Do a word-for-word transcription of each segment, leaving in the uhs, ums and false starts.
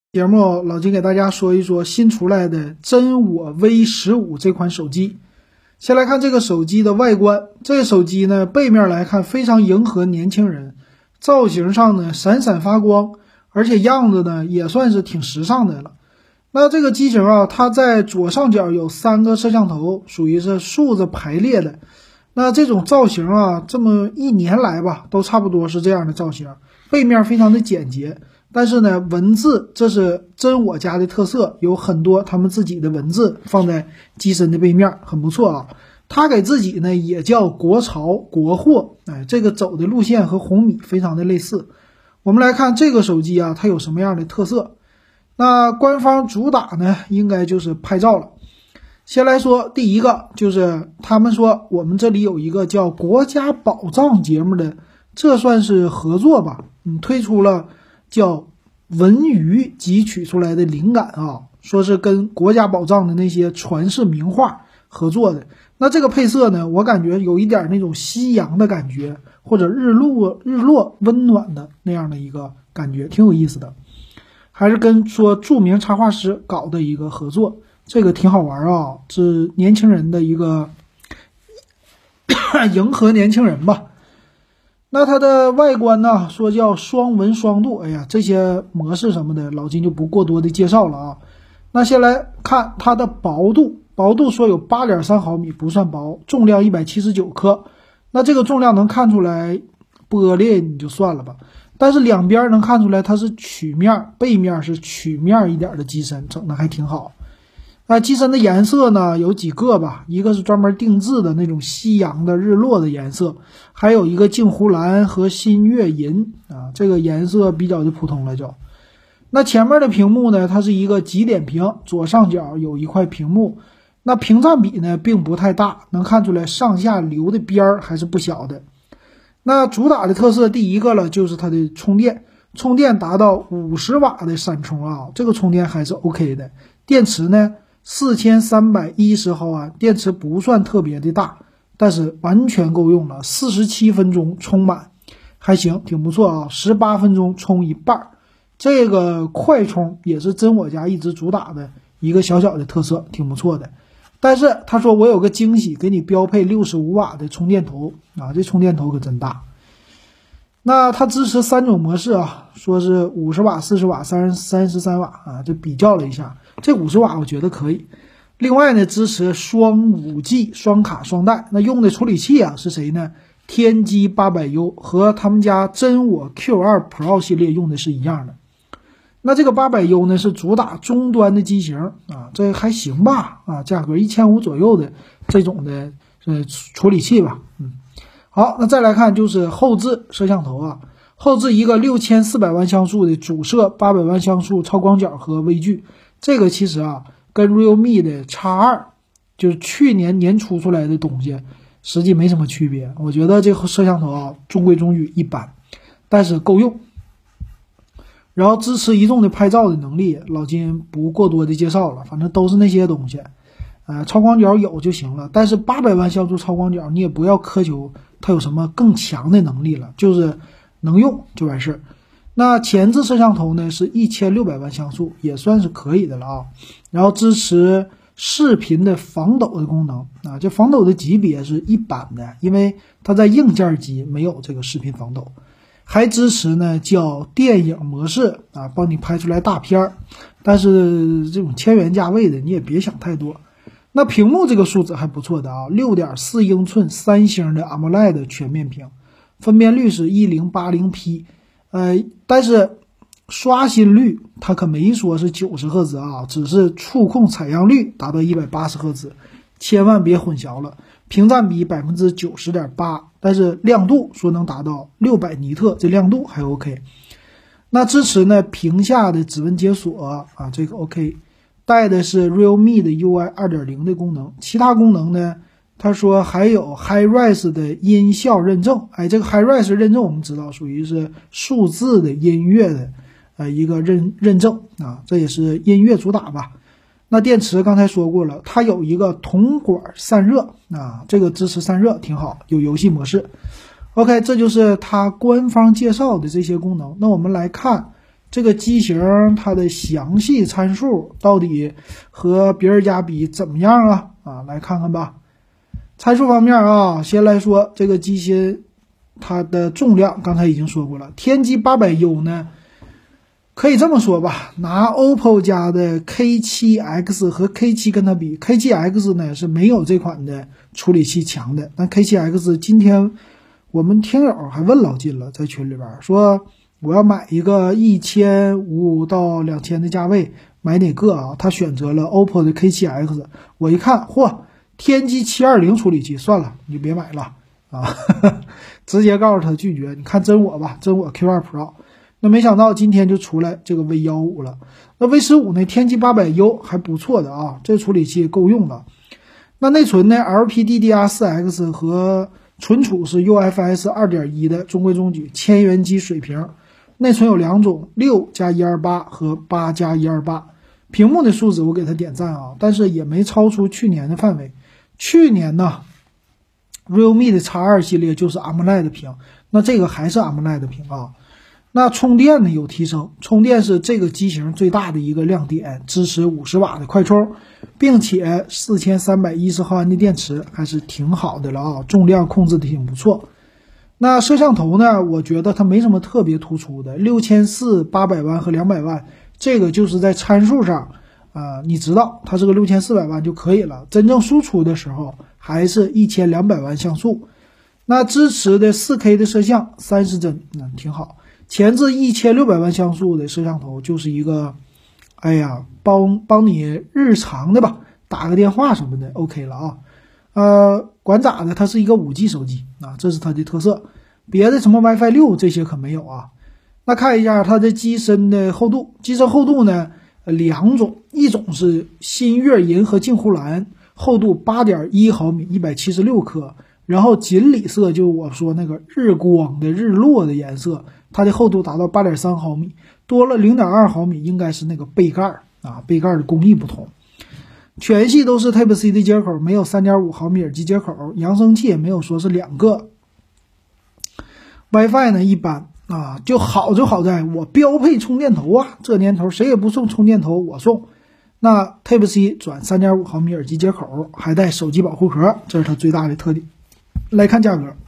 节目老金给大家说一说新出来的真我 V 十五 这款手机。先来看这个手机的外观，这个手机呢背面来看非常迎合年轻人，造型上呢闪闪发光，而且样子呢也算是挺时尚的了。那这个机型啊，它在左上角有三个摄像头，属于是竖着排列的。那这种造型啊，这么一年来吧，都差不多是这样的造型，背面非常的简洁。但是呢，文字这是真我家的特色，有很多他们自己的文字放在机身的背面，很不错啊。他给自己呢也叫国潮国货，哎，这个走的路线和红米非常的类似。我们来看这个手机啊，它有什么样的特色？那官方主打呢，应该就是拍照了。先来说第一个，就是他们说我们这里有一个叫国家宝藏节目的，这算是合作吧？嗯，推出了叫文娱汲取出来的灵感啊，说是跟国家宝藏的那些传世名画合作的。那这个配色呢，我感觉有一点那种夕阳的感觉，或者日落日落温暖的那样的一个感觉，挺有意思的。还是跟说著名插画师搞的一个合作，这个挺好玩啊，是年轻人的一个迎合年轻人吧。那它的外观呢，说叫双纹双镀，哎呀，这些模式什么的，老金就不过多的介绍了啊。那先来看它的薄度，薄度说有 八点三毫米，不算薄，重量一百七十九克。那这个重量能看出来玻璃你就算了吧，但是两边能看出来它是曲面，背面是曲面一点的机身，整的还挺好。那机身的颜色呢有几个吧，一个是专门定制的那种夕阳的日落的颜色，还有一个镜湖蓝和新月银啊，这个颜色比较的普通了就。那前面的屏幕呢，它是一个极点屏，左上角有一块屏幕，那屏占比呢并不太大，能看出来上下流的边儿还是不小的。那主打的特色第一个了，就是它的充电，充电达到五十瓦的闪充啊，这个充电还是 OK 的。电池呢四千三百一十毫安，电池不算特别的大，但是完全够用了，四十七分钟充满，还行，挺不错啊，十八分钟充一半。这个快充也是真我家一直主打的一个小小的特色，挺不错的。但是他说我有个惊喜，给你标配六十五瓦的充电头啊，这充电头可真大。那它支持三种模式啊，说是五十瓦、四十瓦、三十三瓦啊，这比较了一下，这五十瓦我觉得可以。另外呢，支持双 五 G 双卡双待，那用的处理器啊是谁呢？天玑八百 U 和他们家真我 Q 二 Pro 系列用的是一样的。那这个八百 U 呢是主打中端的机型啊，这还行吧啊，价格一千五左右的这种的呃处理器吧，嗯。好，那再来看就是后置摄像头啊，后置一个六千四百万像素的主摄，八百万像素超广角和微距，这个其实啊跟 realme 的 X 二 就是去年年初出来的东西实际没什么区别，我觉得这个摄像头啊中规中矩一般，但是够用。然后支持移动的拍照的能力，老金不过多的介绍了，反正都是那些东西，呃，超广角有就行了。但是八百万像素超广角，你也不要苛求它有什么更强的能力了，就是能用就完事儿。那前置摄像头呢是一千六百万像素，也算是可以的了啊。然后支持视频的防抖的功能啊，这防抖的级别是一般的，因为它在硬件机没有这个视频防抖。还支持呢叫电影模式啊，帮你拍出来大片儿，但是这种千元价位的你也别想太多。那屏幕这个数字还不错的啊， 六点四英寸三星的 AMOLED 全面屏，分辨率是 一零八零 P， 呃，但是刷新率它可没说是九十赫兹啊，只是触控采样率达到一百八十赫兹，千万别混淆了。屏占比 百分之九十点八， 但是亮度说能达到六百尼特，这亮度还 OK。 那支持呢屏下的指纹解锁啊，这个 OK， 带的是 realme 的 U I 二点零 的功能。其他功能呢他说还有 HiRes 的音效认证，哎，这个 HiRes 认证我们知道属于是数字的音乐的呃一个认认证啊，这也是音乐主打吧。那电池刚才说过了，它有一个铜管散热啊，这个支持散热挺好，有游戏模式。OK， 这就是它官方介绍的这些功能。那我们来看这个机型它的详细参数到底和别人家比怎么样啊？啊，来看看吧。参数方面啊，先来说这个机芯它的重量，刚才已经说过了。天玑八百 U 呢，可以这么说吧，拿 O P P O 家的 K 七 X 和 K 七 跟它比 ，K 七 X 呢是没有这款的处理器强的。但 K 七 X 今天我们听友还问老金了，在群里边说我要买一个一千五到两千的价位，买哪个啊？他选择了 O P P O 的 K 七 X， 我一看，嚯，天玑七二零处理器，算了，你就别买了啊，呵呵直接告诉他拒绝。你看真我吧，真我 Q 二 Pro。那没想到今天就出来这个 V 十五 了。那 V 十五 呢，天玑八百 U 还不错的啊，这处理器够用了。那内存呢 L P D D R 四 X 和存储是 U F S 二点一 的中规中矩千元机水平。内存有两种，六加一二八和八加一二八。屏幕的数字我给它点赞啊，但是也没超出去年的范围。去年呢 realme 的 X 二 系列就是 AMOLED 屏，那这个还是 AMOLED 屏啊。那充电呢有提升，充电是这个机型最大的一个亮点，支持五十瓦的快充，并且四千三百一十毫安的电池还是挺好的了啊，重量控制的挺不错。那摄像头呢，我觉得它没什么特别突出的，六千四百、八百万和两百万，这个就是在参数上呃，你知道它是个六千四百万就可以了，真正输出的时候还是一千两百万像素。那支持的 四K 的摄像三十帧，嗯，挺好。前置一千六百万像素的摄像头就是一个，哎呀，帮帮你日常的吧，打个电话什么的 OK 了啊。呃，管咋的，它是一个 五 G 手机啊，这是它的特色。别的什么 WiFi 六这些可没有啊。那看一下它的机身的厚度，机身厚度呢两种，一种是新月银和镜湖蓝，厚度 八点一毫米，一百七十六克。然后锦鲤色就是我说那个日光的日落的颜色，它的厚度达到 八点三毫米，多了 零点二毫米，应该是那个背盖啊，背盖的工艺不同。全系都是 Type C 的接口，没有 三点五毫米耳机接口，扬声器也没有说是两个。WiFi 呢一般啊，就好就好在我标配充电头啊，这年头谁也不送充电头，我送。那 Type C 转 三点五毫米耳机接口，还带手机保护壳，这是它最大的特点。来看价格，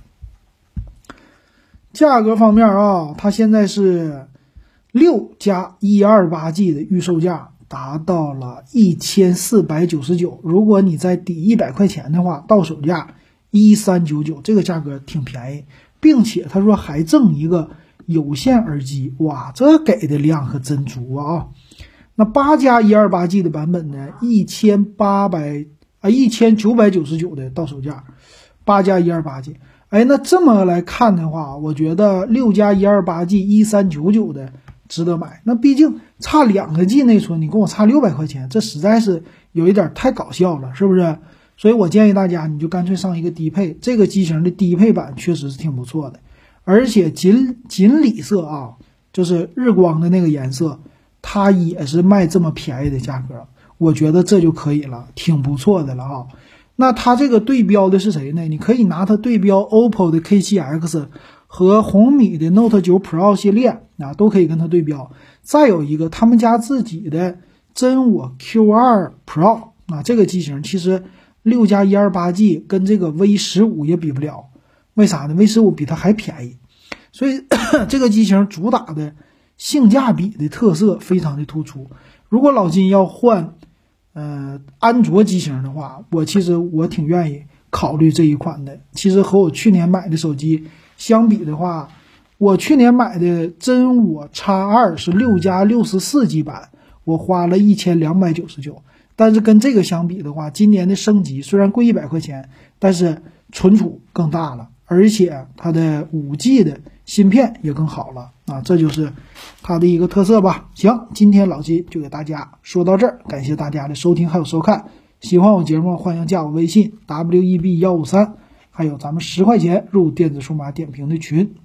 价格方面啊，它现在是六加一二八 G 的预售价达到了一千四百九十九，如果你再抵一百块钱的话，到手价一三九九，这个价格挺便宜，并且他说还赠一个有线耳机，哇，这给的量可真足啊！那八加一二八 G 的版本呢，一千八百啊一千九百九十九的到手价。八加一二八 G， 哎，那这么来看的话，我觉得六加一二八 G 一三九九的值得买。那毕竟差两个 G 内存，你跟我差六百块钱，这实在是有一点太搞笑了，是不是？所以我建议大家，你就干脆上一个低配，这个机型的低配版确实是挺不错的，而且锦锦鲤色啊，就是日光的那个颜色，它也是卖这么便宜的价格，我觉得这就可以了，挺不错的了啊。那它这个对标的是谁呢？你可以拿它对标 O P P O 的 K 七 X 和红米的 Note 九 Pro 系列啊，都可以跟它对标。再有一个他们家自己的真我 Q 二 Pro 啊，这个机型其实六加一二八 G 跟这个 V 十五 也比不了，为啥呢？ V 十五 比它还便宜，所以这个机型主打的性价比的特色非常的突出。如果老金要换呃，安卓机型的话，我其实我挺愿意考虑这一款的。其实和我去年买的手机相比的话，我去年买的真我 X 二 是六加六十四 G 版，我花了一千两百九十九。但是跟这个相比的话，今年的升级虽然贵一百块钱，但是存储更大了，而且它的 五 G 的芯片也更好了啊，这就是它的一个特色吧。行，今天老金就给大家说到这儿，感谢大家的收听还有收看。喜欢我节目，欢迎加我微信 W E B 一五三，还有咱们十块钱入电子数码点评的群。